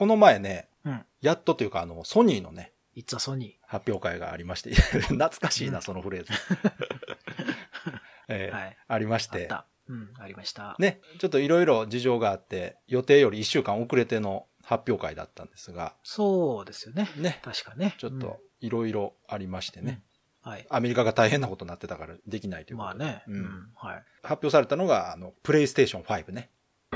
この前ね、 うん。 やっとというかソニーのね、 It's a Sony。 発表会がありまして、懐かしいな、そのフレーズ。 はい。 ありまして。 ありました。 ね、ちょっといろいろ事情があって、予定より1週間遅れての発表会だったんですが。 そうですよね。 ね。 確かね。 ちょっといろいろありましてね。 はい。 アメリカが大変なことになってたからできないということで。 まあね。はい。 発表されたのが、プレイステーション5ね。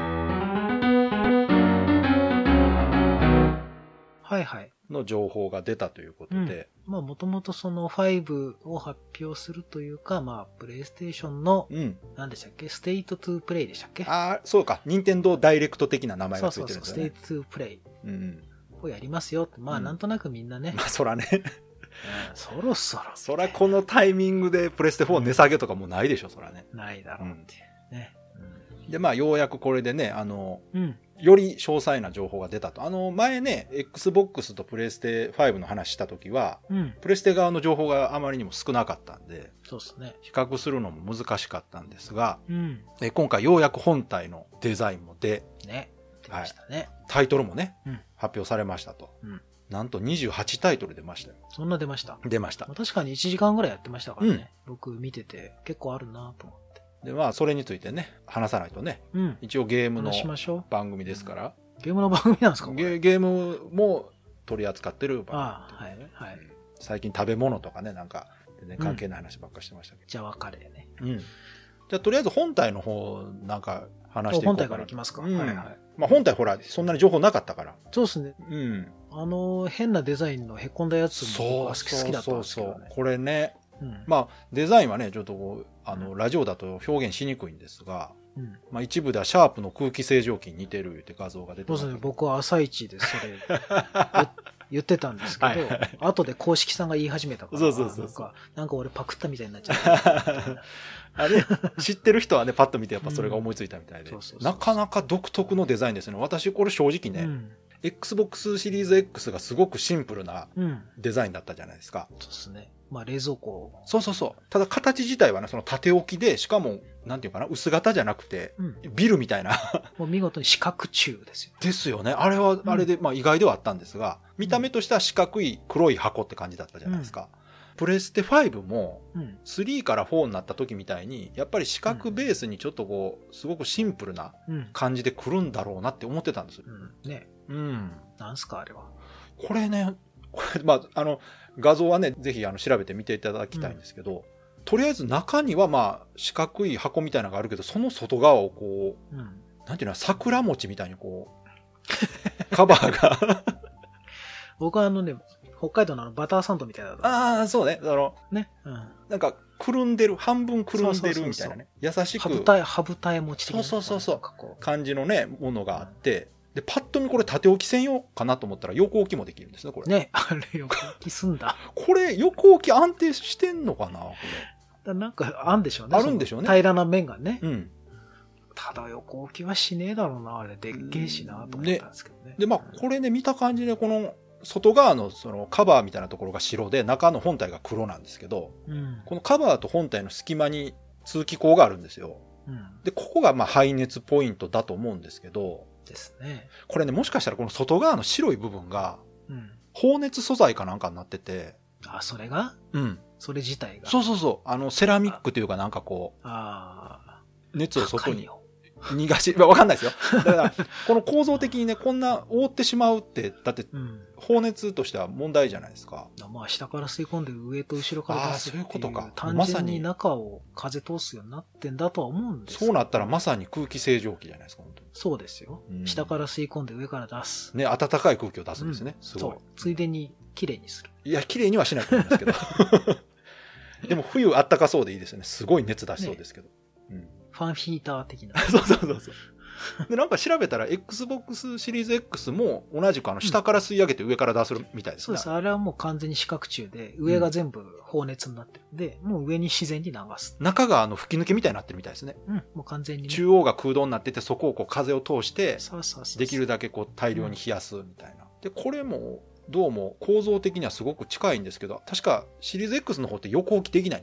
はいはい。 の情報が出たということで。 まあもともとその5を発表するというか、まあプレイステーションの、何でしたっけ、ステイトトゥープレイでしたっけ。 ああ、そうか。任天堂ダイレクト的な名前がついてるんですよね。 そう、ステイトトゥープレイをやりますよって。まあなんとなくみんなね。 まあそらね。 そろそろ。 そらこのタイミングでプレステ4値下げとかもないでしょ、そらね。 ないだろうっていうね。 で、まあようやくこれでね、より詳細な情報が出たと。前ね、Xbox とプレステ5の話した時は、プレステ側の情報があまりにも少なかったんで、 そうですね。 比較するのも難しかったんですが、今回ようやく本体のデザインも出ましたね。 タイトルもね、発表されましたと。なんと28タイトル出ましたよ。 そんな出ました。 出ました。 確かに1時間ぐらいやってましたからね。僕見てて結構あるなと思って。 で、まあ、それについてね、話さないとね。一応ゲームの番組ですから。 ゲームの番組なんですか？ ゲームも取り扱ってる番組。 はい。 最近食べ物とかね、なんか、関係ない話ばっかしてましたけど。 じゃあ分かれね。 じゃあ、とりあえず本体の方、なんか話していこうかな。 本体からいきますか。はいはい。 まあ、本体ほら、そんなに情報なかったから。 そうですね。変なデザインのへこんだやつも好きだったんですけどね。 これね。まあ、デザインはね、ちょっとラジオだと表現しにくいんですが、まあ一部ではシャープの空気清浄機に似てるって画像が出てます。 そうですね。僕は朝一でそれ言ってたんですけど、後で公式さんが言い始めたから、なんか俺パクったみたいになっちゃった。 あれ、知ってる人はね、パッと見てやっぱそれが思いついたみたいで。なかなか独特のデザインですね。私これ正直ね、Xbox シリーズ X がすごくシンプルなデザインだったじゃないですか。 そうですね。まあ冷蔵庫。 そう。ただ形自体はね、その縦置きで、しかも、なんていうかな、薄型じゃなくて、ビルみたいな。 もう見事に四角柱ですよ。 ですよね。あれは、あれで、まあ意外ではあったんですが、見た目としては四角い黒い箱って感じだったじゃないですか。プレステ5も、3から4になった時みたいに、やっぱり四角ベースにちょっとこう、すごくシンプルな感じで来るんだろうなって思ってたんですよ。 ね。なんすか、あれは。 これね、まあ、画像はね、ぜひ調べてみていただきたいんですけど、とりあえず中にはまあ、四角い箱みたいなのがあるけど、その外側をこう、なんていうの、桜餅みたいにこう、カバーが。 僕は北海道のバターサンドみたいな。 ああ、そうね。 ね。 なんか、くるんでる、半分くるんでるみたいなね。優しく。 羽二重持ち的な。 そう。感じのね、ものがあって、で、パッと見これ縦置き専用かなと思ったら横置きもできるんですね、これ。 ね、あれ横置きすんだ。 これ横置き安定してんのかな、これ。なんかあんでしょうね。 あるんでしょうね。 平らな面がね。ただ横置きはしねえだろうな、あれ。でっけえしな、と思ったんですけどね。 で、まあ、これね、見た感じで、この、外側のそのカバーみたいなところが白で、中の本体が黒なんですけど、このカバーと本体の隙間に通気口があるんですよ。で、ここがまあ排熱ポイントだと思うんですけど、 ですね。 これね、もしかしたらこの外側の白い部分が、放熱素材かなんかになってて。 それが？それ自体が。 そう。セラミックというかなんかこう、熱を外に逃がし、わかんないですよ。だから、この構造的にね、こんな覆ってしまうって、だって、放熱としては問題じゃないですか。 まあ、下から吸い込んで上と後ろから出すっていう。 そういうことか。 単純に中を風通すようになってんだとは思うんですそうなったらまさに空気清浄機じゃないですか、本当に。 そうですよ。下から吸い込んで上から出す。 ね、暖かい空気を出すんですね。すごい。そう。 ついでに綺麗にする。 いや、綺麗にはしないと思うんですけど。でも冬暖かそうでいいですよね。すごい熱出しそうですけど。 ファンヒーター的な。 そう。で、なんか調べたら Xbox シリーズ X も同じく下から吸い上げて上から出すみたいですね。 そうです。あれはもう完全に四角柱で、上が全部放熱になってるんで、もう上に自然に流す。 中が吹き抜けみたいになってるみたいですね。 もう完全に、 中央が空洞になってて、そこをこう風を通して、 そうできるだけこう大量に冷やすみたいな。で、これも、どうも構造的にはすごく近いんですけど、確かシリーズ X の方って横置きできないんでしょ、あれ。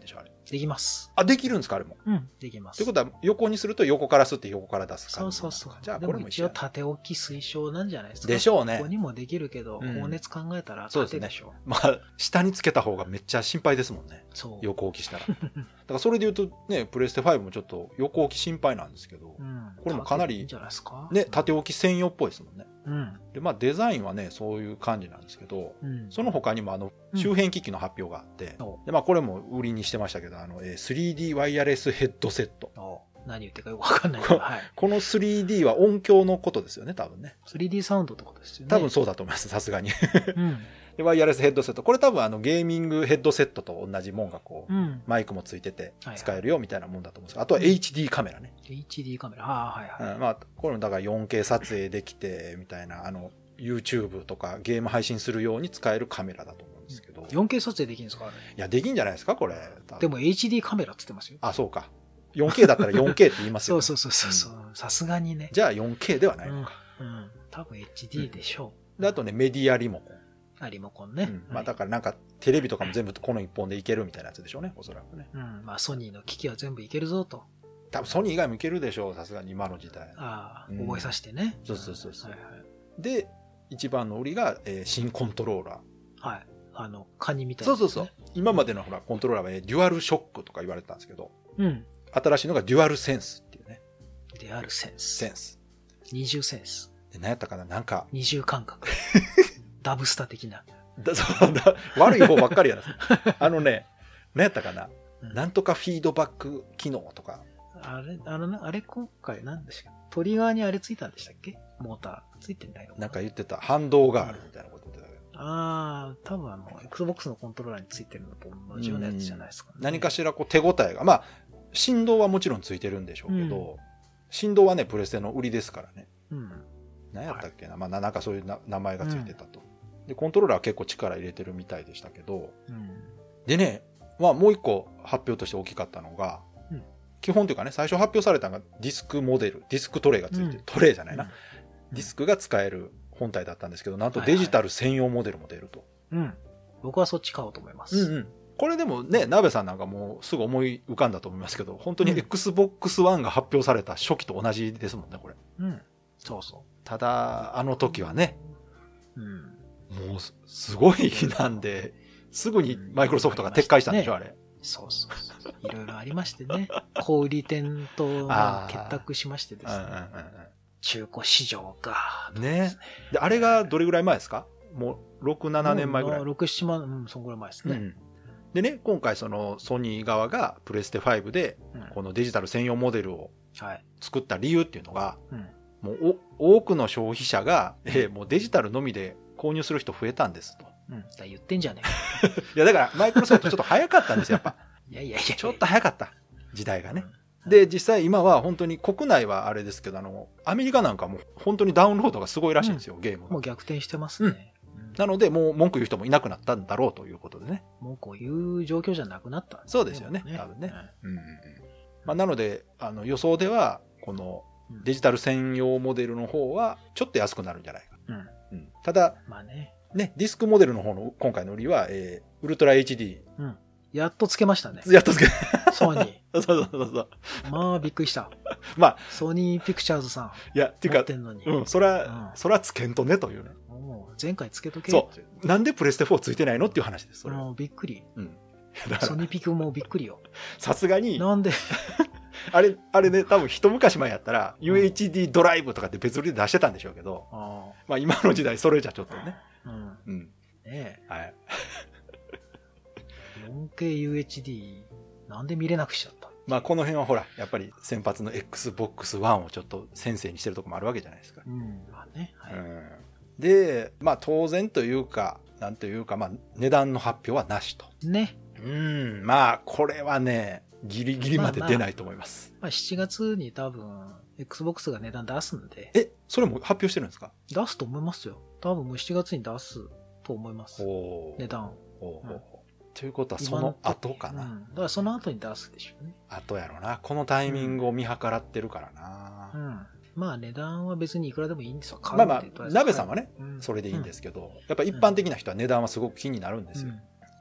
できます。 あ、できるんですかあれも。 うん、できます。 ということは、横にすると横から吸って横から出す感じ。 そうそうそう。 じゃあこれも一応縦置き推奨なんじゃないですか。 でしょうね。 ここにもできるけど、放熱考えたら縦でしょ。 まあ、下につけた方がめっちゃ心配ですもんね。そう。横置きしたら。だからそれで言うとね、プレステ5もちょっと横置き心配なんですけど、これもかなり、ね、縦置き専用っぽいですもんね。で、まあデザインはね、そういう感じなんですけど、その他にも周辺機器の発表があって、で、まあこれも売りにしてましたけど、3D ワイヤレスヘッドセット。 何言ってるかよくわかんないけど、はい、 この 3D は音響のことですよね、多分ね。 3D サウンドってことですよね。 多分そうだと思います、さすがに。でワイヤレスヘッドセット。これ多分ゲーミングヘッドセットと同じもんがこう、マイクもついてて使えるよみたいなもんだと思うんですけど、あとは HD カメラね。 HD カメラ、はいはい。 まあ、これもだから 4K 撮影できて、みたいな、YouTube とかゲーム配信するように使えるカメラだと思うんですけど。 4K 撮影できるんですか？いや、できんじゃないですかこれ。 でも HD カメラって言ってますよ。 あ、そうか。4K だったら 4K って言いますよね。 そう。さすがにね。 じゃあ 4K ではないのか。 多分 HD でしょう。で、あとね、メディアリモコン。 リモコンね。 まあだからなんかテレビとかも全部この一本でいけるみたいなやつでしょうね、おそらくね。 まあソニーの機器は全部いけるぞと。 多分ソニー以外もいけるでしょう、さすがに今の時代。 覚えさせてね。 そう。で、一番の売りが、新コントローラー。はい。カニみたいな。 そう。今までのほら、コントローラーはデュアルショックとか言われてたんですけど、新しいのがデュアルセンスっていうね。 デュアルセンス。 センス。 二重センス。 で、何やったかななんか。 二重感覚。ダブスタ的な。 悪い方ばっかりやな。何やったかな、なんとかフィードバック機能とか。 あれ今回何でしたっけ？トリガーにあれついたんでしたっけ？モーター。ついてないの？ なんか言ってた。反動があるみたいなこと言ってたけど。 多分Xbox のコントローラーについてるのと同じようなやつじゃないですかね。 何かしらこう手応えが。まあ、振動はもちろんついてるんでしょうけど、振動はね、プレステの売りですからね。何やったっけな、まあなんかそういう名前がついてたと。で、コントローラーは結構力入れてるみたいでしたけど、でね、まあもう一個発表として大きかったのが、基本というかね、最初発表されたのがディスクモデル、ディスクトレイがついてる、トレイじゃないな、ディスクが使える本体だったんですけど、なんとデジタル専用モデルも出ると。 僕はそっち買おうと思います。 これでもね、鍋さんなんかもうすぐ思い浮かんだと思いますけど、本当に Xbox One が発表された初期と同じですもんね、これ。 そう。 ただ、あの時はね、もうすごいなんで、すぐにマイクロソフトが撤回したんでしょ、あれ。 そう。いろいろありましてね。小売店と結託しましてですね。中古市場が。 ね。で、あれがどれぐらい前ですか？もう6、7年前ぐらい。 6、7万、そんぐらい前ですね。 でね、今回そのソニー側がプレステ5で、このデジタル専用モデルを作った理由っていうのが、もう多くの消費者が、もうデジタルのみで購入する人増えたんですと。 言ってんじゃねえか。いやだからマイクロソフトちょっと早かったんですよ、やっぱ。 いや。 ちょっと早かった。時代がね。で、実際今は本当に国内はあれですけど、アメリカなんかも本当にダウンロードがすごいらしいんですよ、ゲームが。 もう逆転してますね。 なので、もう文句言う人もいなくなったんだろうということでね。 文句を言う状況じゃなくなったんですね。 そうですよね、多分ね。まあ、なので、予想では、このデジタル専用モデルの方はちょっと安くなるんじゃないか。ただ、 まあね、 ディスクモデルの方の今回の売りは、ウルトラ HD。 やっとつけましたね。 やっとつけソニー。そう。 まあ、びっくりした。 まあ。 ソニーピクチャーズさん。 いや、っていうか、そらつけんとねというね。 前回つけとけ。 そう。なんでプレステ4ついてないのっていう話です。 びっくり。ソニーピクもびっくりよ。 さすがに。 なんであれね、多分一昔前やったら、UHD ドライブとかって別売りで出してたんでしょうけど、まあ今の時代それじゃちょっとね。 ねえ。 はい。 4KUHD なんで見れなくしちゃった？ まあこの辺はほら、やっぱり先発の Xbox One をちょっと先生にしてるとこもあるわけじゃないですか。 まあね。 で、まあ当然というか、なんというか、まあ値段の発表はなしと。 ね。 まあこれはね、ギリギリまで出ないと思います。 まあ7月に多分 Xbox が値段出すんで。 それも発表してるんですか？ 出すと思いますよ。多分もう7月に出すと思います。値段。 ということはその後かな。 だからその後に出すでしょうね。 後やろな。このタイミングを見計らってるからな。 まあ値段は別にいくらでもいいんですよ。 まあ、鍋さんはね、それでいいんですけど、やっぱ一般的な人は値段はすごく気になるんですよ。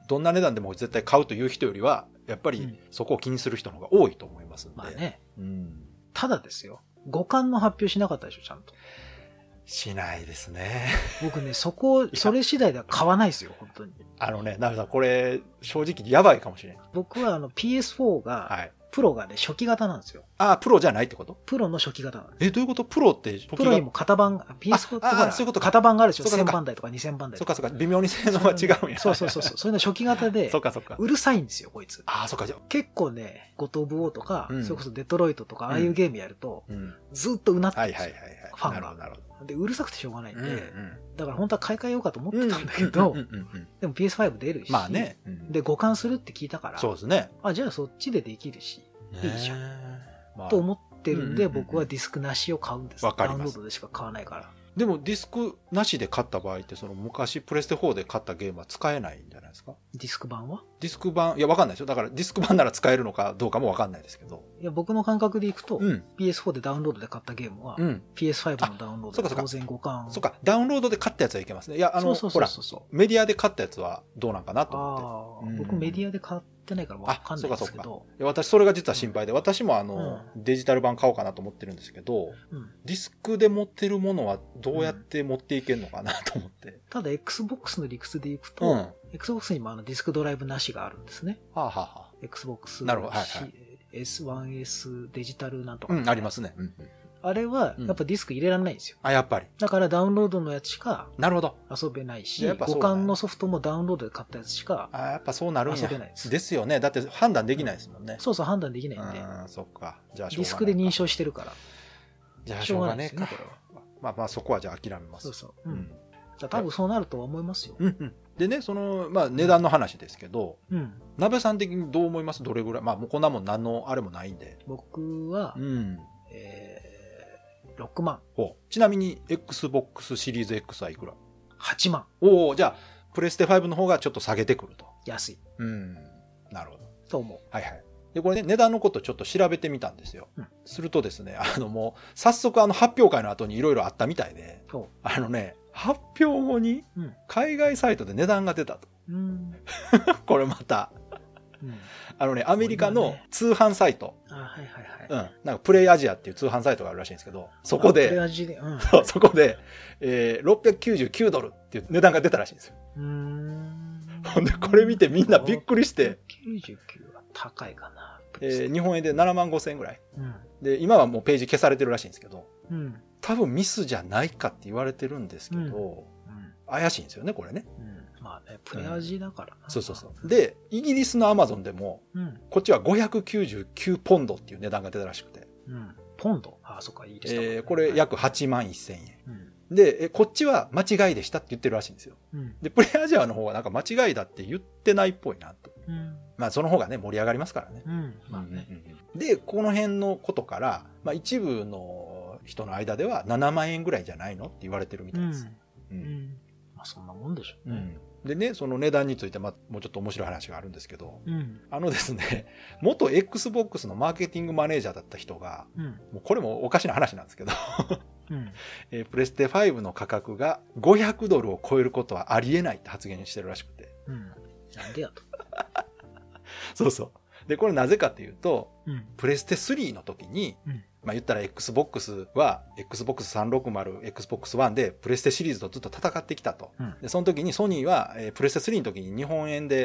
どんな値段でも絶対買うという人よりは、やっぱりそこを気にする人の方が多いと思いますんで。 まあね。 うん。 ただですよ。5巻の発表しなかったでしょ、ちゃんと。 しないですね。 僕ね、それ次第では買わないですよ、本当に。 ナベさん、これ、正直やばいかもしれない。 僕はPS4 が、はい、プロがね、初期型なんですよ。 ああ、プロじゃないってこと？ プロの初期型なんです。 どういうこと？プロって初期型？プロにも型番、PS4 ってほら、そういうことか。型番があるでしょ。1000番台とか2000番台とか。 そっか。微妙に性能が違うんや。 そう。そういうの初期型で、うるさいんですよ、こいつ。 ああ、そっか。 結構ね、ゴトブオーとか、それこそデトロイトとか、ああいうゲームやると、ずっとうなってるんですよ。ファンが。で、うるさくてしょうがないんで、だから本当は買い替えようかと思ってたんだけど、でも PS5 出るし、 まあね。 で、互換するって聞いたから、 そうですね。 じゃあそっちでできるし、いいじゃん。と思ってるんで、僕はディスクなしを買うんです。ダウンロードでしか買わないから。 でもディスクなしで買った場合って、その昔プレステ4で買ったゲームは使えないんじゃないですか？ ディスク版は？ ディスク版、いやわかんないですよ。だからディスク版なら使えるのかどうかもわかんないですけど。 いや、僕の感覚でいくと、PS4 でダウンロードで買ったゲームは、PS5 のダウンロードで当然互換。 そうか、ダウンロードで買ったやつはいけますね。いや、ほら、メディアで買ったやつはどうなんかなと思って。 僕メディアで買ってないからわかんないですけど。 私、それが実は心配で、私もデジタル版買おうかなと思ってるんですけど、ディスクで持ってるものはどうやって持っていけるのかなと思って。 ただ、Xbox の理屈でいくと、Xbox にもディスクドライブなしがあるんですね。Xbox なるほど、 S1S デジタルなんとか。 ありますね。 あれは、やっぱディスク入れられないんですよ。 やっぱり。 だからダウンロードのやつしか、 なるほど。 遊べないし、互換のソフトもダウンロードで買ったやつしか、 やっぱそうなるんや。 遊べないです。 ですよね。だって判断できないですもんね。 そう、判断できないんで。 そっか。じゃあディスクで認証してるから。 じゃあしょうがねえか。まあそこはじゃあ諦めます。 そう。多分そうなるとは思いますよ。 でね、値段の話ですけど、鍋さん的にどう思います？どれぐらい？もうこんなもん何のあれもないんで。 僕は、6万。 ちなみに Xbox シリーズ X はいくら ？8万。 じゃあ、プレステ5の方がちょっと下げてくると。 安い。 なるほど。 と思う。 で、これね、値段のことちょっと調べてみたんですよ。するとですね、もう、早速発表会の後にいろいろあったみたいで、発表後に、海外サイトで値段が出たと。これまた。アメリカの通販サイト。なんかプレイアジアっていう通販サイトがあるらしいんですけど、そこで、そこで、$699っていう値段が出たらしいんですよ。ほんで、これ見てみんなびっくりして。 699は高いかな。 日本円で75,000円ぐらい。で、今はもうページ消されてるらしいんですけど、多分ミスじゃないかって言われてるんですけど、怪しいんですよね、これね。 まあね、プレアジだからな。 そう。で、イギリスのアマゾンでも、こっちは599ポンドっていう値段が出たらしくて。 ポンド？そっか、いいですね。 これ約81,000円。で、こっちは間違いでしたって言ってるらしいんですよ。で、プレアジアの方はなんか間違いだって言ってないっぽいなと。その方がね、盛り上がりますからね。で、この辺のことから、一部の人の間では7万円ぐらいじゃないのって言われてるみたいです。 そんなもんでしょうね。 でね、その値段についてもうちょっと面白い話があるんですけど、ですね、元 Xbox のマーケティングマネージャーだった人が、もうこれもおかしな話なんですけど、プレステ5の価格が$500を超えることはありえないって発言してるらしくて。 なんでやと。 そう。で、これなぜかっていうと、プレステ3の時に、言ったら Xbox は Xbox 360、Xbox One でプレステシリーズとずっと戦ってきたと。で、その時にソニーは、プレステ3の時に日本円で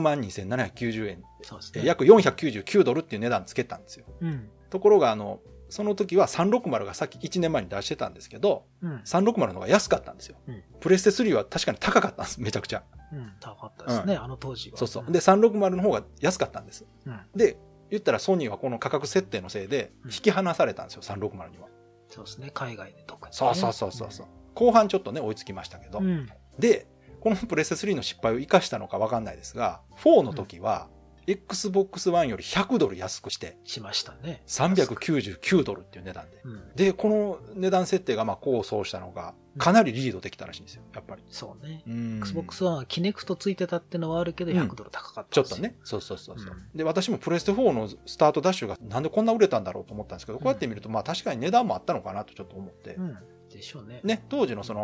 62,790円。約$499っていう値段つけたんですよ。ところがその時は360がさっき1年前に出してたんですけど、360の方が安かったんですよ。プレステ3は確かに高かったんです、めちゃくちゃ。 高かったですね、あの当時は。 そう。で、360の方が安かったんです。で、言ったらソニーはこの価格設定のせいで引き離されたんですよ、360には。 そうですね、海外で特に。 そう。後半ちょっとね、追いつきましたけど。で、このプレステ3の失敗を生かしたのか分かんないですが、4の時は、Xbox One より$100安くしてしましたね。 $399っていう値段で。で、この値段設定が功を奏したのが、かなりリードできたらしいんですよ、やっぱり。 そうね。Xbox One はキネクトついてたってのはあるけど、$100高かった。 ちょっとね。そう。で、私もプレステ4のスタートダッシュがなんでこんな売れたんだろうと思ったんですけど、こうやって見ると、確かに値段もあったのかなとちょっと思って。 でしょうね。 ね、当時のその、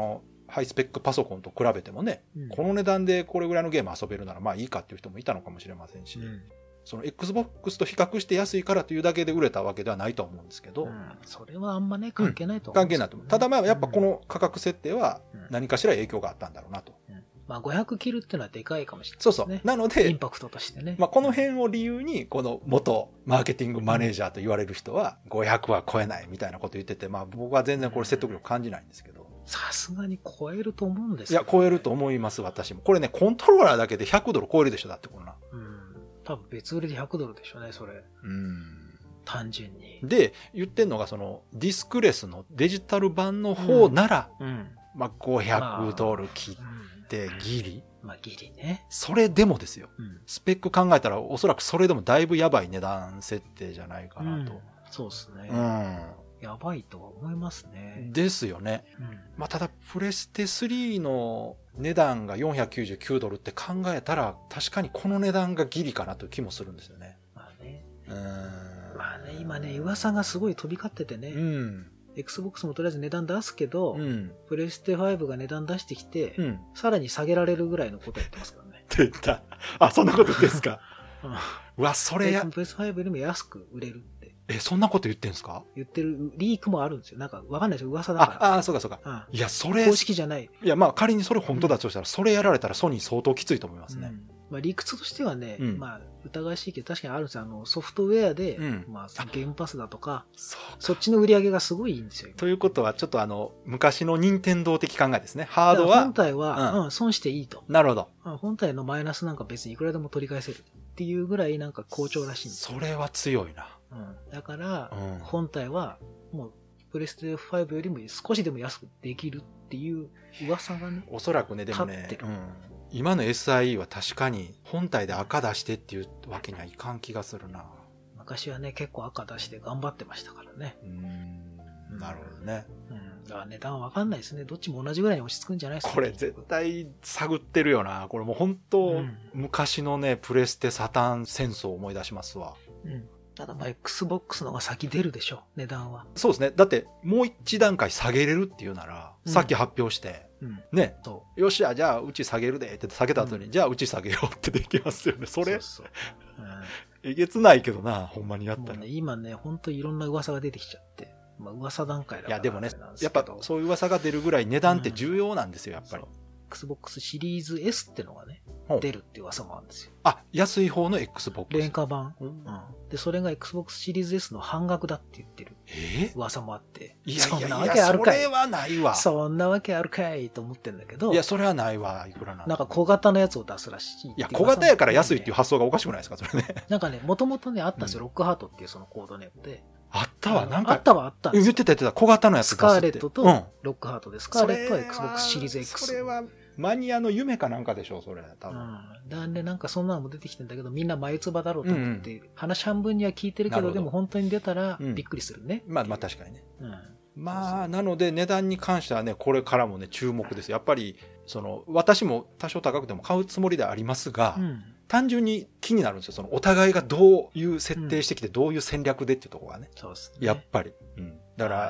ハイスペックパソコンと比べてもね、この値段でこれぐらいのゲーム遊べるならまあいいかっていう人もいたのかもしれませんし、その Xbox と比較して安いからというだけで売れたわけではないと思うんですけど、 それはあんまね関係ないと思う、 関係ないと思う。ただまあやっぱこの価格設定は何かしら影響があったんだろうなと。 まあ500切るっていうのはでかいかもしれないですね。 そうそう。なので、 インパクトとしてね。 まあこの辺を理由に、この元マーケティングマネージャーと言われる人は500は超えないみたいなこと言ってて、まあ僕は全然これ説得力感じないんですけど。 さすがに超えると思うんですよ、 いや、超えると思います、私も。これね、コントローラーだけで100ドル超えるでしょ、だってこんな。 多分別売りで100ドルでしょうね、それ。単純に。 で、言ってんのが、その、ディスクレスのデジタル版の方なら、まあ500ドル切ってギリ。 まあギリね。 それでもですよ。スペック考えたら、おそらくそれでもだいぶやばい値段設定じゃないかなと。 そうですね。やばいとは思いますね。 ですよね。まあただ、プレステ3の値段が499ドルって考えたら、確かにこの値段がギリかなという気もするんですよね。 まあね。まあね、今ね、噂がすごい飛び交っててね。Xbox もとりあえず値段出すけど、プレステ5が値段出してきて、さらに下げられるぐらいのことやってますからね。 出た。あ、そんなことですか。うわ、それプレステ5よりも安く売れるって。 そんなこと言ってんすか？ 言ってる、リークもあるんですよ。なんかわかんないですよ。噂だから。 そうかそうか。いや、それ。 公式じゃない。 いや、まあ仮にそれ本当だとしたら、それやられたらソニー相当きついと思いますね。 まあ理屈としてはね、まあ疑わしいけど確かにあるんですよ。ソフトウェアで、まあゲームパスだとか、そっちの売り上げがすごいいいんですよ。 ということは、ちょっと昔の任天堂的考えですね。ハードは。 本体は、損していいと。 なるほど。 本体のマイナスなんか別にいくらでも取り返せるっていうぐらいなんか好調らしいんですよ。それは強いな。 だから、本体はもうプレステ5よりも少しでも安くできるっていう噂がね。 おそらくね、でもね、今の SIE は確かに本体で赤出してっていうわけにはいかん気がするな。 昔はね、結構赤出して頑張ってましたからね。 なるほどね。 だから値段わかんないですね。どっちも同じぐらいに落ち着くんじゃないですか。 これ絶対探ってるよな。これもう本当、昔のね、プレステサターン戦争を思い出しますわ。 ただまあ Xbox の方が先出るでしょ、値段は。 そうですね。だってもう一段階下げれるっていうなら、さっき発表して、ね、よっしゃ、じゃあうち下げるでって下げた後に、じゃあうち下げようってできますよね。それ。えげつないけどな、ほんまにやったら。 今ね、ほんといろんな噂が出てきちゃって。まあ噂段階だから。 いやでもね、やっぱそういう噂が出るぐらい値段って重要なんですよ、やっぱり。 Xbox シリーズ S ってのがね、出るっていう噂もあるんですよ。 安い方の Xbox。 廉価版。で、それが Xbox シリーズ S の半額だって言ってる。噂もあって。 そんなわけあるかい。それはないわ。 そんなわけあるかいと思ってんだけど。 いや、それはないわ。いくらなんか小型のやつを出すらしい。 いや、小型やから安いっていう発想がおかしくないですか、それね。 なんかね、もともとね、あったんですよ。ロックハートっていうそのコードネームで。 あったわ、なんか。 あったわ、あったんですよ。 言ってた。小型のやつスカーレットとロックハートで、スカーレットは Xbox シリーズ X。 それは、マニアの夢かなんかでしょう、それ、多分。 なんかそんなのも出てきてんだけど、みんな眉唾だろうと思って、話半分には聞いてるけど、でも本当に出たらびっくりするね。 まあ確かにね。まあ、なので値段に関してはね、これからもね、注目です。やっぱり、私も多少高くても買うつもりではありますが、単純に気になるんですよ。お互いがどういう設定してきて、どういう戦略でっていうところがね。 そうですね。 やっぱり。だから、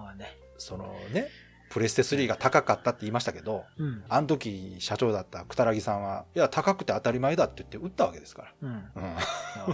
プレステ3が高かったって言いましたけど、あの時社長だったくたらぎさんは、いや、高くて当たり前だって言って売ったわけですから。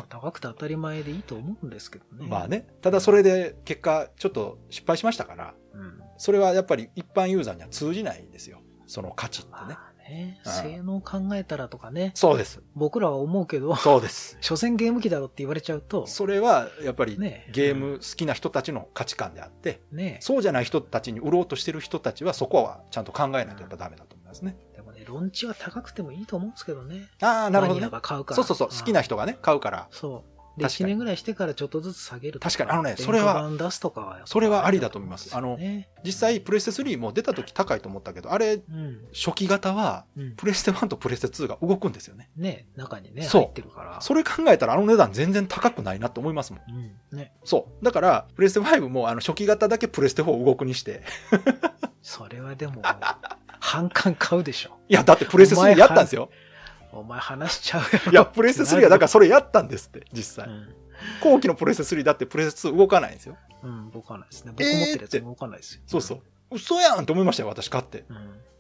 高くて当たり前でいいと思うんですけどね。 まあね。ただそれで結果、ちょっと失敗しましたから、それはやっぱり一般ユーザーには通じないんですよ。その価値ってね。 性能考えたらとかね。 そうです。 僕らは思うけど。 そうです。 所詮ゲーム機だろって言われちゃうと。 それはやっぱりゲーム好きな人たちの価値観であって、そうじゃない人たちに売ろうとしてる人たちはそこはちゃんと考えないとやっぱダメだと思いますね。 でもね、ロンチは高くてもいいと思うんですけどね。 なるほどね。 買うから。 そう。好きな人がね、買うから。 そう。で、1年ぐらいしてからちょっとずつ下げるとか。 確かに、それは、それはありだと思います。実際、プレステ3も出た時高いと思ったけど、あれ、初期型は、プレステ1とプレステ2が動くんですよね。 ね、中にね、入ってるから。 それ考えたら、値段全然高くないなって思いますもん。ね。そう。だから、プレステ5も、初期型だけプレステ4動くにして。 それはでも、半缶買うでしょ。 いや、だってプレステ3やったんですよ。 お前話しちゃうやろ。 いや、プレステ3はだからそれやったんですって、実際。後期のプレステ3だってプレステ2動かないんですよ。 動かないですね。僕持ってるやつ動かないですよ。 そう。嘘やんって思いましたよ、私買って。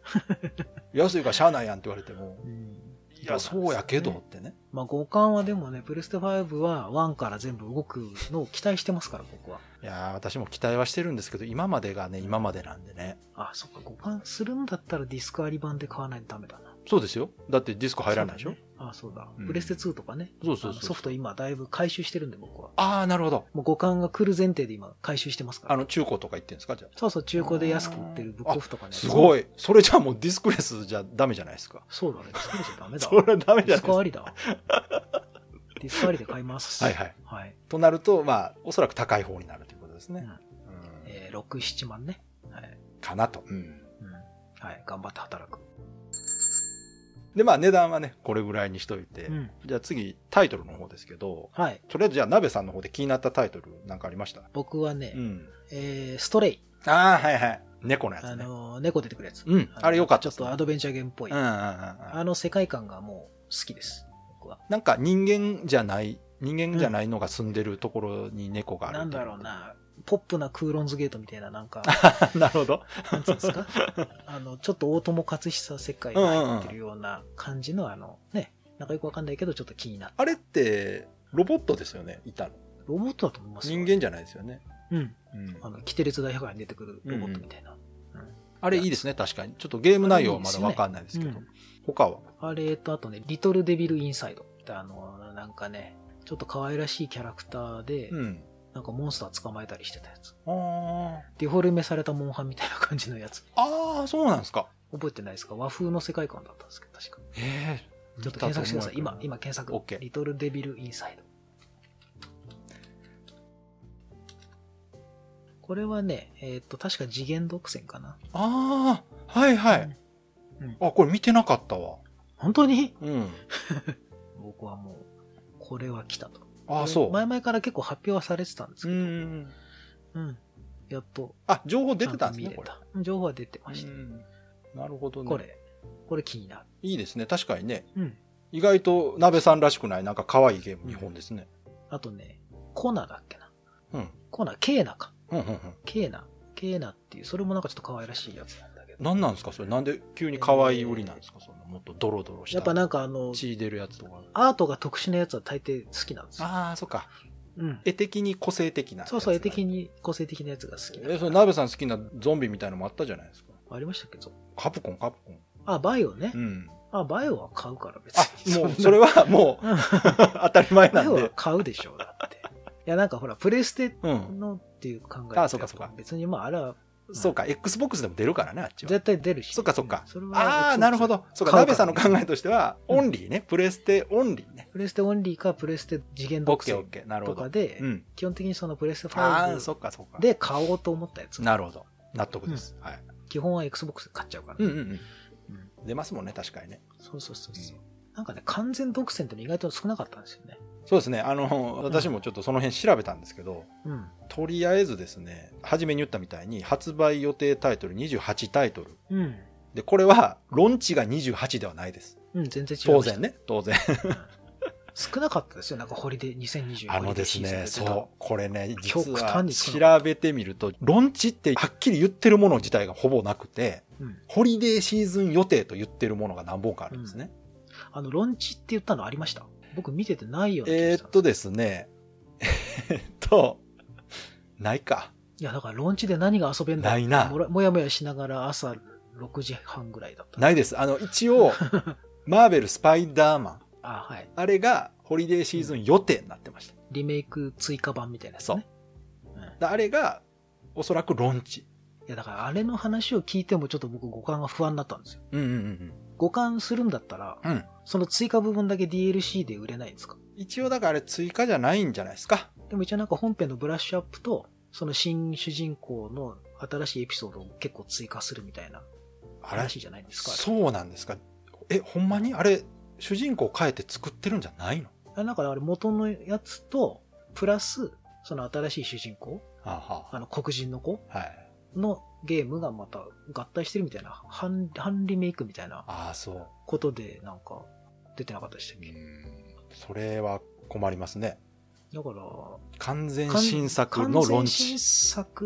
安いからしゃあないやんって言われても、いや、そうやけどってね。 まあ互換はでもね、プレステ5は1から全部動くのを期待してますから、僕は。 いやー、私も期待はしてるんですけど、今までがね、今までなんでね。 あ、そっか、互換するんだったらディスクあり版で買わないとダメだな。 そうですよ。だってディスク入らないでしょ。 あ、そうだ。プレステ2とかね。 そうそうそう。 ソフト今だいぶ回収してるんで、僕は。 ああ、なるほど。 もう互換が来る前提で今回収してますから。 中古とか言ってんですか、じゃあ。 そうそう、中古で安く売ってるブックオフとかね。 すごい。それじゃあもうディスクレスじゃダメじゃないですか。 そうだね。ディスクレスじゃダメだ。 それダメじゃないですか。 ディスクありだ。ディスクありで買います。 はいはい。 はい。 となると、まあ、おそらく高い方になるということですね。 6、7万ね。はい。 かなと。 はい。頑張って働く。 で、まあ値段はね、これぐらいにしといて、じゃあ次、タイトルの方ですけど、 はい。 とりあえずじゃあ、鍋さんの方で気になったタイトルなんかありました？ 僕はね、ストレイ。 ああ、はいはい。猫のやつね。 猫出てくるやつ。 あれよかったですね。ちょっとアドベンチャーゲームっぽい。世界観がもう好きです。僕は。 なんか人間じゃないのが住んでるところに猫がある。 なんだろうな。ポップなクーロンズゲートみたいななんか。 なるほど。 なんつうんですかちょっと大友克久世界が入ってるような感じのね、なんかよくわかんないけどちょっと気になった。 あれって、ロボットですよね、いたの。 ロボットだと思いますよ。 人間じゃないですよね。 キテレツ大百科に出てくるロボットみたいな。 あれいいですね、確かに。ちょっとゲーム内容はまだわかんないですけど。他はあれと、あとね、リトルデビルインサイド。なんかね、ちょっと可愛らしいキャラクターで、なんかモンスター捕まえたりしてたやつ。デフォルメされたモンハンみたいな感じのやつ。 ああ、そうなんですか。 覚えてないですか？和風の世界観だったんですけど、確か。ちょっと検索してください。今検索。リトルデビルインサイド。これはね、確か次元独占かな。 ああ、はいはい。あ、これ見てなかったわ。 本当に？僕はもう、これは来たと。 ああ、そう。 前々から結構発表はされてたんですけど。やっと。 あ、情報出てたんですね、これ。 情報は出てました。 なるほどね。 これ気になる。 いいですね、確かにね。意外と鍋さんらしくないなんか可愛いゲーム2本ですね。 あとね、コナだっけな。コナ、ケーナか。ケーナっていう、それもなんかちょっと可愛らしいやつなんだけど。 何なんですかそれ？なんで急に可愛い売りなんですか？そのもっとドロドロした。 やっぱなんか血出るやつとか。 アートが特殊なやつは大抵好きなんですよ。 ああ、そっか。絵的に個性的な。 そうそう、絵的に個性的なやつが好き。 それ鍋さん好きなゾンビみたいなのもあったじゃないですか。 ありましたっけど。 カプコン。 あ、バイオね。バイオは買うから別に。もう、それはもう、当たり前なんで。 バイオは買うでしょう、だって。いや、なんかほら、プレステのっていう考え。 あ、そうか。 別にあれは、 そうか、Xbox でも出るからね、あっちは。 絶対出るし。 そっか。ああ、なるほど。そうか、鍋さんの考えとしては、オンリーね。プレステオンリーね。 プレステオンリーか、プレステ次元独占とかで、基本的にそのプレステ5で買おうと思ったやつ。 なるほど。納得です。はい。 基本は Xbox で買っちゃうから。 出ますもんね、確かにね。 そう。なんかね、完全独占って意外と少なかったんですよね。 そうですね。私もちょっとその辺調べたんですけど、とりあえずですね、初めに言ったみたいに、発売予定タイトル28タイトル。で、これは、ロンチが28ではないです。 全然違う。 当然ね。 少なかったですよ。なんかホリデー2024 ですね、そう。これね、実は調べてみると、ロンチってはっきり言ってるもの自体がほぼなくて、ホリデーシーズン予定と言ってるものが何本かあるんですね。 ロンチって言ったのありました？僕見ててないような気がしたですね。ないか。 いや、だからロンチで何が遊べんだないな。 もやもやしながら朝6時半ぐらいだった。 ないです。一応、マーベルスパイダーマン。 はい。 あれがホリデーシーズン予定になってました。 リメイク追加版みたいなやつね。 そう。あれが、おそらくロンチ。 いや、だからあれの話を聞いてもちょっと僕五感が不安になったんですよ。五感するんだったら、その追加部分だけ DLC で売れないんですか？ 一応だからあれ追加じゃないんじゃないですか。 でも一応なんか本編のブラッシュアップと、その新主人公の新しいエピソードを結構追加するみたいな話じゃないんですか？ そうなんですか。ほんまにあれ、主人公を変えて作ってるんじゃないの？ なんかあれ元のやつと、プラス、その新しい主人公、黒人の子のゲームがまた合体してるみたいな、半リメイクみたいなことでなんか出てなかったでしたっけ？ それは困りますね。 だから、 完全新作のロンチ。 完全新作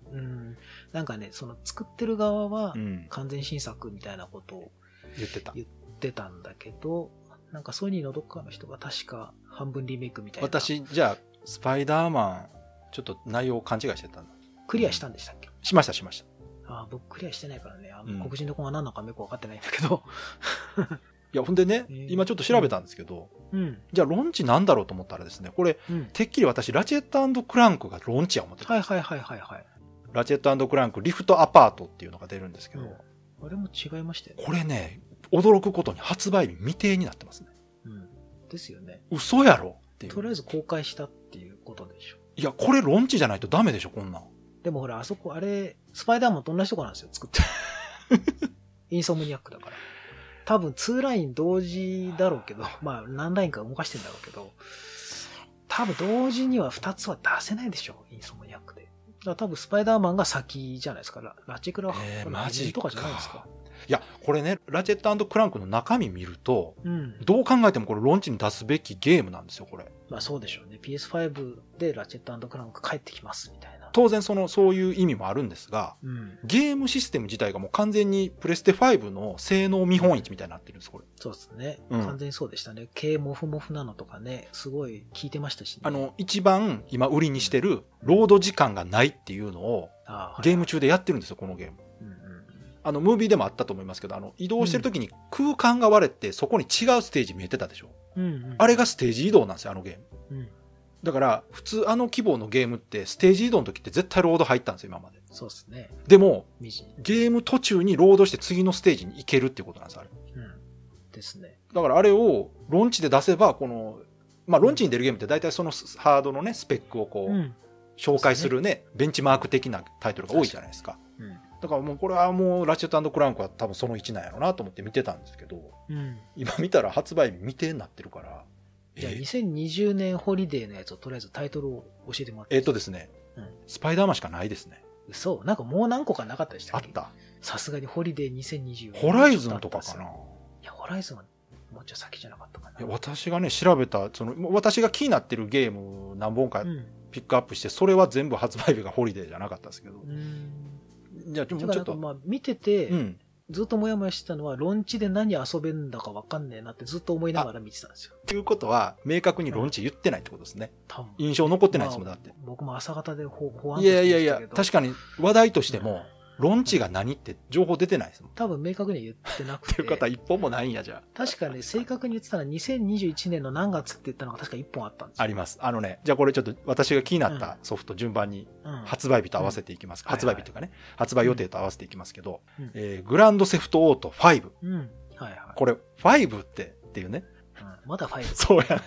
なんかね、その作ってる側は完全新作みたいなことを言ってたんだけど、なんかソニーのどっかの人が確か半分リメイクみたいな。 私、じゃあ、スパイダーマン、ちょっと内容を勘違いしてたんだ。 クリアしたんでしたっけ？ しました。 僕クリアしてないからね、黒人の子が何なのかよく分かってないんだけど。 いや、ほんでね、今ちょっと調べたんですけど、じゃあロンチなんだろうと思ったらですね、これ、てっきり私、ラチェット&クランクがロンチや思ってた。ラチェット&クランクリフトアパートっていうのが出るんですけど、 あれも違いましたよね。 これね、驚くことに発売日未定になってますね。 ですよね。 嘘やろっていう。 とりあえず公開したっていうことでしょ。 いや、これロンチじゃないとダメでしょ、こんなん。 でもほら、あそこ、あれ、スパイダーマンと同じとこなんですよ、作って。インソムニアックだから。多分2ライン同時だろうけど、まあ何ラインか動かしてんだろうけど、多分同時には2つは出せないでしょ、インソムニアックで。だから多分スパイダーマンが先じゃないですか。ラチェクラはマジとかじゃないですか。 いや、これね、ラチェット&クランクの中身見ると、どう考えてもこれロンチに出すべきゲームなんですよ、これ。 まあそうでしょうね。PS5 でラチェット&クランク帰ってきますみたいな。 当然そういう意味もあるんですが、ゲームシステム自体がもう完全にプレステ5の性能見本市みたいになってるんです、これ。 そうですね。完全にそうでしたね。毛モフモフなのとかね、すごい効いてましたしね。 一番今売りにしてる、ロード時間がないっていうのを、ゲーム中でやってるんですよ、このゲーム。ムービーでもあったと思いますけど、移動してる時に空間が割れて、そこに違うステージ見えてたでしょ。あれがステージ移動なんですよ、あのゲーム。だから、普通規模のゲームって、ステージ移動の時って絶対ロード入ったんですよ、今まで。 そうですね。 でも、ゲーム途中にロードして次のステージに行けるっていうことなんです、あれ。 ですね。 だからあれを、ロンチで出せば、ロンチに出るゲームって大体そのハードのね、スペックを紹介するね、ベンチマーク的なタイトルが多いじゃないですか。だからもうこれはもうラチェット&クランクは多分その1なんやろうなと思って見てたんですけど、今見たら発売日未定になってるから。 じゃあ2020年ホリデーのやつをとりあえずタイトルを教えてもらっていいですね、スパイダーマンしかないですね。 嘘？なんかもう何個かなかったでしたっけ？ あった。 さすがにホリデー2020。 ホライズンとかかな。いや、ホライズンはもうちょっと先じゃなかったかな。 いや、私がね、調べた、私が気になってるゲーム何本かピックアップして、それは全部発売日がホリデーじゃなかったですけど。 じゃあちょっと。まあ見てて、ずっともやもやしてたのは、ロンチで何遊べんだか分かんねえなってずっと思いながら見てたんですよ。 ということは、明確にロンチ言ってないってことですね。印象残ってないですもん、だって。 僕も朝方で保安いや、確かに話題としても、ロンチが何って情報出てないですもん。 多分明確に言ってなくて。 っていう方一本もないんや、じゃあ。 確かね、正確に言ってたのは2021年の何月って言ったのが確か1本あったんですよ。 あります。じゃあこれちょっと私が気になったソフト順番に発売日と合わせていきます。発売日というかね、発売予定と合わせていきますけど、グランドセフトオート5。これ5っていうね。 まだ5。 そうや。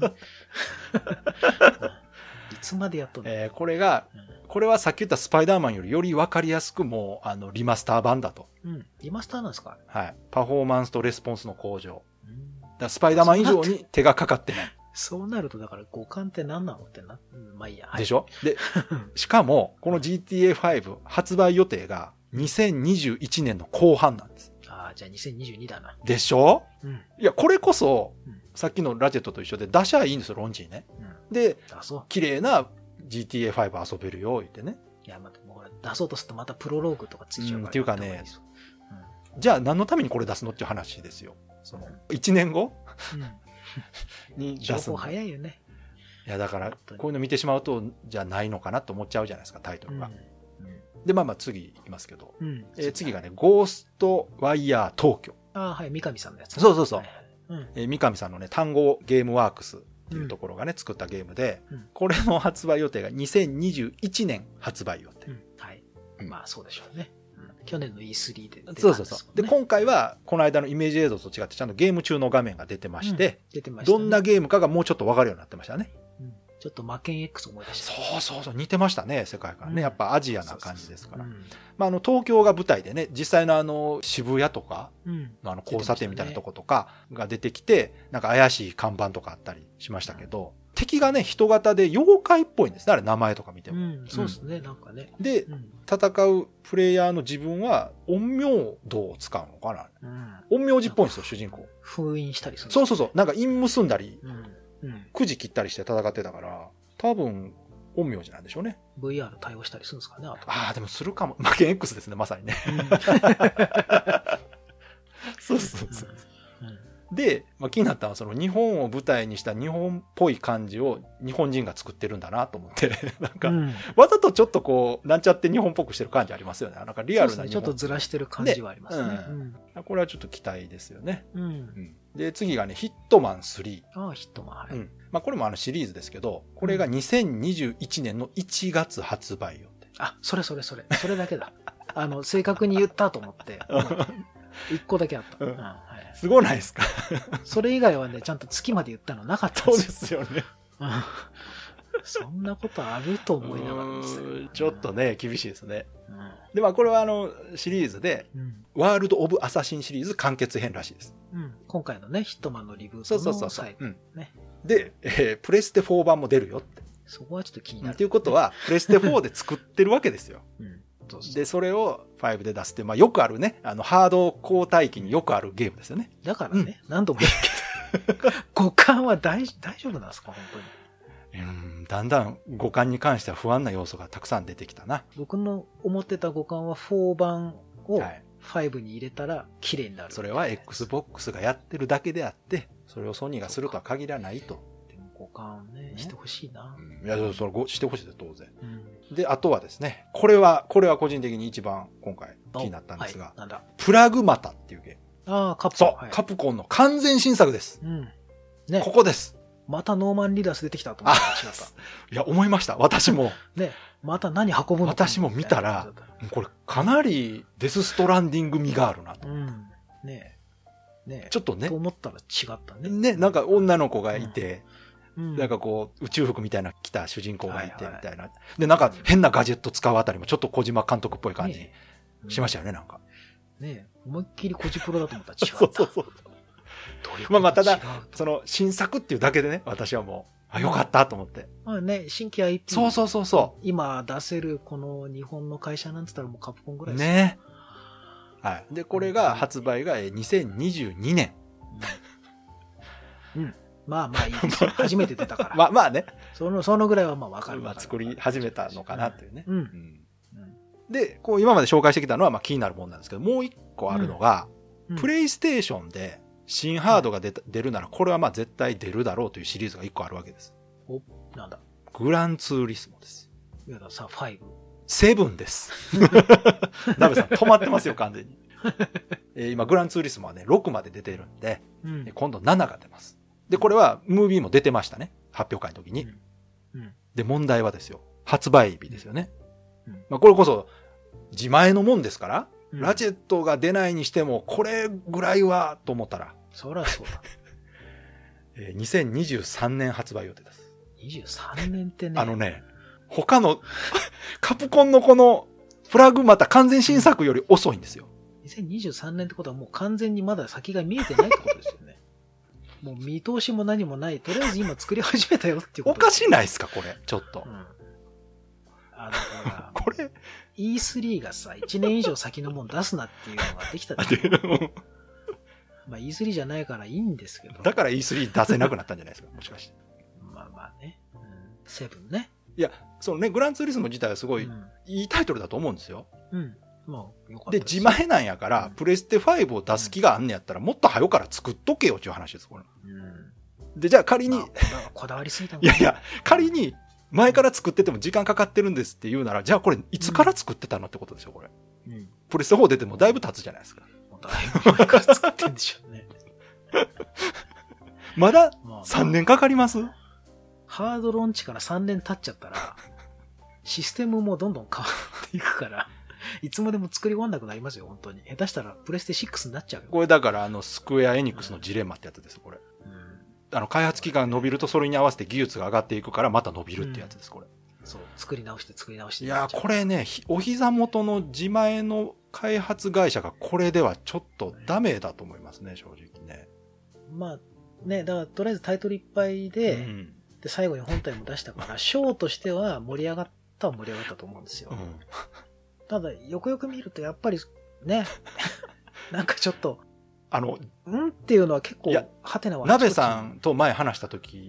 いつまでやっとんの？ これはさっき言ったスパイダーマンより分かりやすくもう、リマスター版だと。 リマスターなんですか？ はい。パフォーマンスとレスポンスの向上。だからスパイダーマン以上に手がかかってない。 そうなると、だから互換って何なのってな。まあいいや。 でしょ？で、しかも、この GTA5 発売予定が2021年の後半なんです。 ああ、じゃあ2022だな。 でしょ？いや、これこそ、さっきのラチェットと一緒で出しゃいいんですよ、ロンチにね。で、綺麗なGTA5 遊べるよ、言ってね。 いや、またもう出そうとするとまたプロローグとかついちゃうから。 っていうかね、じゃあ何のためにこれ出すのっていう話ですよ。1年後に出す。 情報早いよね。 いや、だから、こういうの見てしまうと、じゃあないのかなと思っちゃうじゃないですか、タイトルが。で、まあ次いきますけど。次がね、ゴーストワイヤー東京。 ああ、はい、三上さんのやつ。 そう。三上さんのね、単語ゲームワークスっていうところがね、作ったゲームで、これの発売予定が2021年発売予定。 はい。まあそうでしょうね。去年の E3 で出たんですもんね。 そう。で、今回は、この間のイメージ映像と違って、ちゃんとゲーム中の画面が出てまして、どんなゲームかがもうちょっと分かるようになってましたね。 ちょっと魔剣 X 思い出した。 そう、似てましたね、世界観ね。やっぱアジアな感じですから。まあ、東京が舞台でね、実際の渋谷とか、の交差点みたいなとことかが出てきて、なんか怪しい看板とかあったりしましたけど、敵がね、人型で妖怪っぽいんですね、あれ、名前とか見ても。 そうですね、なんかね。 で、戦うプレイヤーの自分は、陰陽道を使うのかな。陰陽師っぽいんですよ、主人公。 封印したりする。 そう。なんか陰結んだり、くじ切ったりして戦ってたから、多分、 陰陽師なんでしょうね。 VR 対応したりするんですかね、あと。 ああ、でもするかも。魔剣 X ですね、まさにね。そうそうそう。で、気になったのはその日本を舞台にした日本っぽい感じを日本人が作ってるんだなと思って、なんか、わざとちょっとこう、なんちゃって日本っぽくしてる感じありますよね。なんかリアルな日本。 ちょっとずらしてる感じはありますね。 これはちょっと期待ですよね。で、次がね、ヒットマン3。 ああ、ヒットマン。 はい。これもシリーズですけど、これが2021年の1月発売予定。 あ、それだけだ。正確に言ったと思って。一個だけあった。 すごないですか？ それ以外はね、ちゃんと月まで言ったのなかったんですよ。そうですよね。 そんなことあると思いながらですね。 ちょっとね、厳しいですね。で、これはシリーズで、ワールド・オブ・アサシンシリーズ完結編らしいです。 今回のね、ヒットマンのリブートの最後。 で、プレステ4版も出るよって。 そこはちょっと気になる。 っていうことは、プレステ4で作ってるわけですよ。で、それを5で出すって、よくあるね、ハード交代機によくあるゲームですよね。 だからね、何度も言うけど、互換は大丈夫なんですか、本当に。 だんだん互換に関しては不安な要素がたくさん出てきたな。 僕の思ってた互換は4版を5に入れたら綺麗になる。 それは Xbox がやってるだけであって、それをソニーがするとは限らないと。 互換ね、してほしいな。 いや、それしてほしいです、当然。で、あとはですね、これは個人的に一番今回気になったんですが、プラグマタっていうゲーム。 ああ、カプコン。 そう、カプコンの完全新作です。 ね。 ここです。 またノーマンリーダース出てきたと思ったら違った。 いや、思いました。私も。 ね。また何運ぶの？ 私も見たら、これかなりデスストランディング味があるなと。 ねえ。 ちょっとね。 と思ったら違ったね。 ね、なんか女の子がいて、なんかこう、宇宙服みたいな着た主人公がいて、みたいな。で、なんか変なガジェット使うあたりもちょっと小島監督っぽい感じしましたよね、なんか。 ねえ、思いっきりコジプロだと思ったら違った。 そう。ただ、その新作っていうだけでね、私はもう、よかったと思って。 新規 IP。 そう。 今出せるこの日本の会社なんつったらもうカプコンぐらいですね。はい。で、これが発売が2022年。 まあいいですよ。初めて出たから。 まあね。 そのぐらいはわかる。 作り始めたのかなっていうね。で、こう今まで紹介してきたのは気になるもんなんですけど、もう一個あるのが、プレイステーションで新ハードが出るなら、これは絶対出るだろうというシリーズが一個あるわけです。 なんだ。 グランツーリスモです。 いやだ、さ、5。 7です。ナベさん止まってますよ、完全に。今、グランツーリスモはね、6まで出てるんで、今度7が出ます。で、これは、ムービーも出てましたね。発表会の時に。で、問題はですよ。発売日ですよね。これこそ、自前のもんですから、ラチェットが出ないにしても、これぐらいは、と思ったら。 そりゃそうだ。 2023年発売予定です。 23年ってね。 他の、カプコンのこの、プラグまた完全新作より遅いんですよ。 2023年ってことはもう完全にまだ先が見えてないってことですよね。もう見通しも何もない。とりあえず今作り始めたよっていうこと。 おかしないですか、これ。ちょっと。 これ E3 がさ、1年以上先のもん出すなっていうのができたでまあ E3 じゃないからいいんですけど。 だから E3 出せなくなったんじゃないですか、もしかして。 まあね。セブンね。 いや、そのね、グランツーリスモ自体はすごいいいタイトルだと思うんですよ。 まあ、よかったで、自前なんやから、プレステ5を出す気があんねやったら、もっと早から作っとけよっていう話です、これ。で、じゃあ仮に、 こだわりすぎたいや、仮に、前から作ってても時間かかってるんですって言うなら、じゃあこれ、いつから作ってたのってことですよ、これ。プレステ4出てもだいぶ経つじゃないですか。 だいぶ前から作ってんでしょうね。 まだ3年かかります？ ハードロンチから3年経っちゃったら、システムもどんどん変わっていくから、いつまでも作り終わんなくなりますよ、本当に。下手したらプレステ6になっちゃうよ。 これだからスクエアエニックスのジレンマってやつです、これ。開発期間が伸びるとそれに合わせて技術が上がっていくからまた伸びるってやつです、これ。 そう、作り直して。 いや、これね、お膝元の自前の開発会社がこれではちょっとダメだと思いますね、正直ね。 まあ、ね、だからとりあえずタイトルいっぱいで、で、最後に本体も出したから、ショーとしては盛り上がったと思うんですよ。ただ、よくよく見るとやっぱり、ね、なんかちょっと、っていうのは結構、はてなは。 鍋さんと前話した時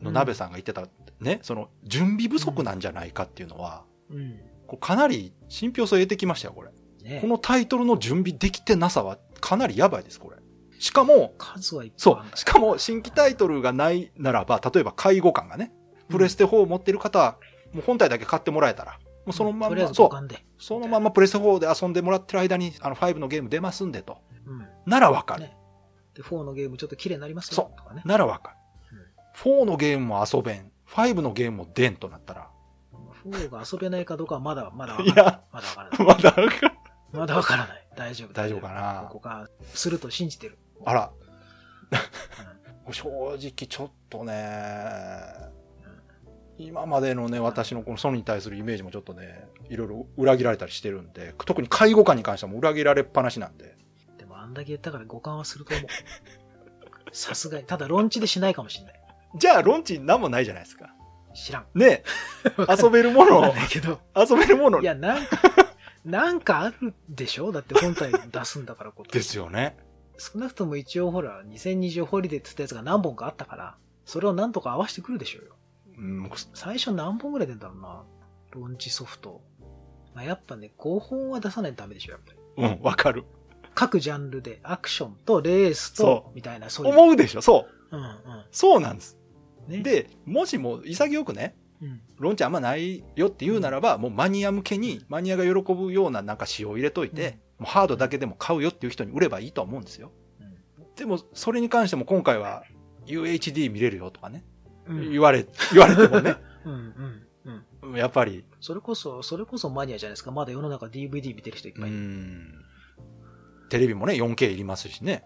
の鍋さんが言ってた、ね、その準備不足なんじゃないかっていうのは、こうかなり信憑性を得てきましたよ、これ。ね、このタイトルの準備できてなさはかなりやばいです、これ。しかも、 数はいっぱいそう。しかも、新規タイトルがないならば、例えば介護官がね、プレステ4を持ってる方は、もう本体だけ買ってもらえたら、もうそのまんま、そう。そのままプレステ4で遊んでもらってる間に、5のゲーム出ますんでと。ならわかる。 ね、で、4のゲームちょっと綺麗になりますよとかね。ならわかる。4のゲームも遊べん。5のゲームも出んとなったら。 4が遊べないかどうかはまだわからない。 いや、まだわからない。まだわからない。 まだわからない。大丈夫。 大丈夫かな。 ここが、すると信じてる。 あら。正直ちょっとね、今までのね、私のこのソニーに対するイメージもちょっとね、いろいろ裏切られたりしてるんで、特に介護官に関してはもう裏切られっぱなしなんで。 でもあんだけ言ったから互換はすると思う。さすがに。ただローンチでしないかもしれない。 じゃあローンチなんもないじゃないですか。 知らん。 ね遊べるもの。遊べるもの。 いや、なんかあるでしょだって本体出すんだからこと。 ですよね。 少なくとも一応ほら、2020ホリデーって言ったやつが何本かあったから、それをなんとか合わせてくるでしょうよ。最初何本ぐらい出んだろうな。ローンチソフト。まあ、やっぱね、5本は出さないとダメでしょ、やっぱり。わかる。 各ジャンルでアクションとレースと、みたいな、 そういう。思うでしょ、そう。 うんうん。 そうなんです。ね、で、もしも潔くね、ローンチあんまないよって言うならば、もうマニア向けに、マニアが喜ぶようななんか仕様を入れといて、もうハードだけでも買うよっていう人に売ればいいと思うんですよ。でも、それに関しても今回は UHD 見れるよとかね。言われてもね。やっぱり。 それこそマニアじゃないですか。まだ世の中 DVD 見てる人いっぱいいる。 テレビもね、4K いりますしね。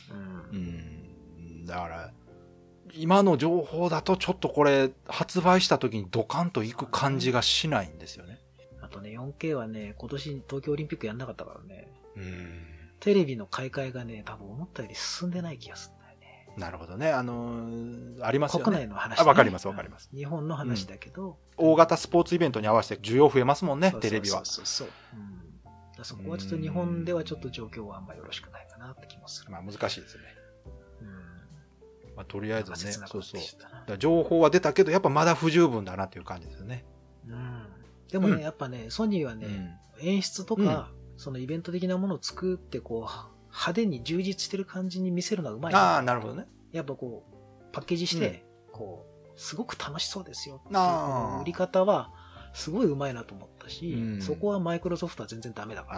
だから、今の情報だとちょっとこれ、発売した時にドカンといく感じがしないんですよね。 あとね、4K はね、今年東京オリンピックやんなかったからね。テレビの買い替えがね、多分思ったより進んでない気がするんだよね。 なるほどね。ありますよね。 国内の話、ね。 わかります。 日本の話だけど、 大型スポーツイベントに合わせて需要増えますもんね、テレビは。 そう。そこはちょっと日本ではちょっと状況はあんまりよろしくないかなって気もする。 まあ難しいですよね。とりあえずね、そう。情報は出たけど、やっぱまだ不十分だなっていう感じですよね。 でもね、やっぱね、ソニーはね、演出とか、そのイベント的なものを作って、こう、派手に充実してる感じに見せるのはうまい。 ああ、なるほどね。 やっぱこう、パッケージして、こう、すごく楽しそうですよっていう売り方は、すごいうまいなと思ったし、そこはマイクロソフトは全然ダメだから。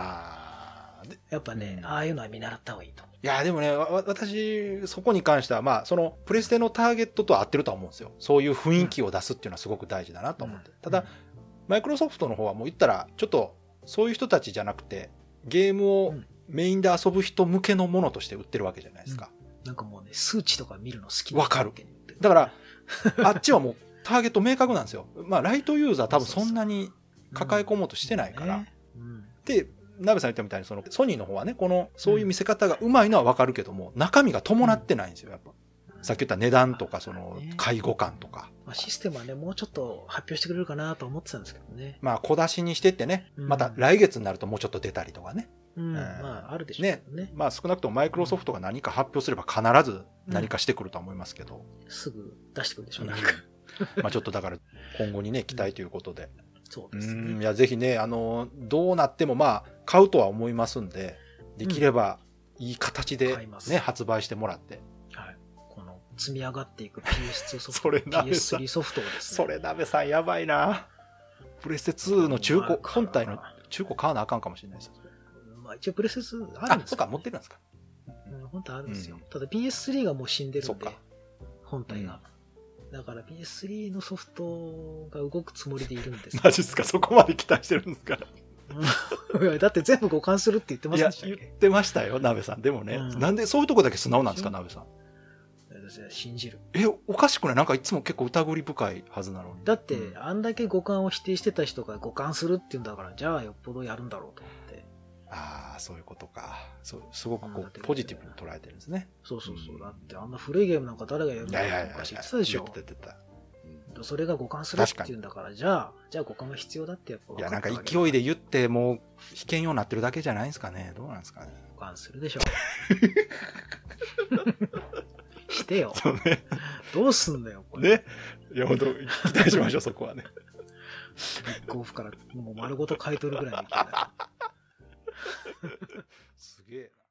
やっぱね、ああいうのは見習った方がいいと。 いや、でもね、私、そこに関しては、まあ、その、プレステのターゲットとは合ってるとは思うんですよ。そういう雰囲気を出すっていうのはすごく大事だなと思って。ただ、マイクロソフトの方はもう言ったら、ちょっと、そういう人たちじゃなくて、ゲームをメインで遊ぶ人向けのものとして売ってるわけじゃないですか。 なんかもうね、数値とか見るの好きわかる。だから、あっちはもう、ターゲット明確なんですよ。まあ、ライトユーザー多分そんなに抱え込もうとしてないから。で、ナベさん言ったみたいに、その、ソニーの方はね、そういう見せ方がうまいのはわかるけども、中身が伴ってないんですよ、やっぱ。さっき言った値段とか、その、介護感とか。 システムはね、もうちょっと発表してくれるかなと思ってたんですけどね。 まあ、小出しにしてってね、また来月になるともうちょっと出たりとかね。 まあ、あるでしょうね。 まあ、少なくともマイクロソフトが何か発表すれば必ず何かしてくるとは思いますけど。 すぐ出してくるでしょうね。 まあ、ちょっとだから、今後にね、期待ということで。 そうですね。 いや、ぜひね、どうなってもまあ、買うとは思いますんで、できれば、いい形でね、発売してもらって。 はい。この、積み上がっていく PS2 ソフト、 PS3 ソフトをですね。 それ、鍋さんやばいな。プレステ2の中古、本体の中古買わなあかんかもしれないです。 まあ、一応プレステ2あるんですよ。 そうか、持ってるんですか。 本体あるんですよ。ただ PS3 がもう死んでるんで、本体が。だから PS3 のソフトが動くつもりでいるんです。 マジっすか？そこまで期待してるんですか？ だって全部互換するって言ってましたし。いや、言ってましたよ、鍋さん。でもね、なんでそういうとこだけ素直なんですか、鍋さん。 信じる。 おかしくない？なんかいつも結構疑り深いはずなのに。 だって、あんだけ互換を否定してた人が互換するって言うんだから、じゃあよっぽどやるんだろうと思って。 ああ、そういうことか。そう、すごくこう、ポジティブに捉えてるんですね。 そう。だって、あんな古いゲームなんか誰がやるんだろうとか言ってたでしょ。 言ってた。 それが互換するって言うんだから、じゃあ互換が必要だってやっぱ分かったわけだ。 いや、なんか勢いで言って、もう、弾けんようになってるだけじゃないんですかね。どうなんですかね。 互換するでしょ。 してよ。 そうね。 どうすんだよ、これ。 ね。いや、本当期待しましょう、そこはね。 ビッグオフからもう丸ごと買い取るぐらいの勢いだよ。 すげえな。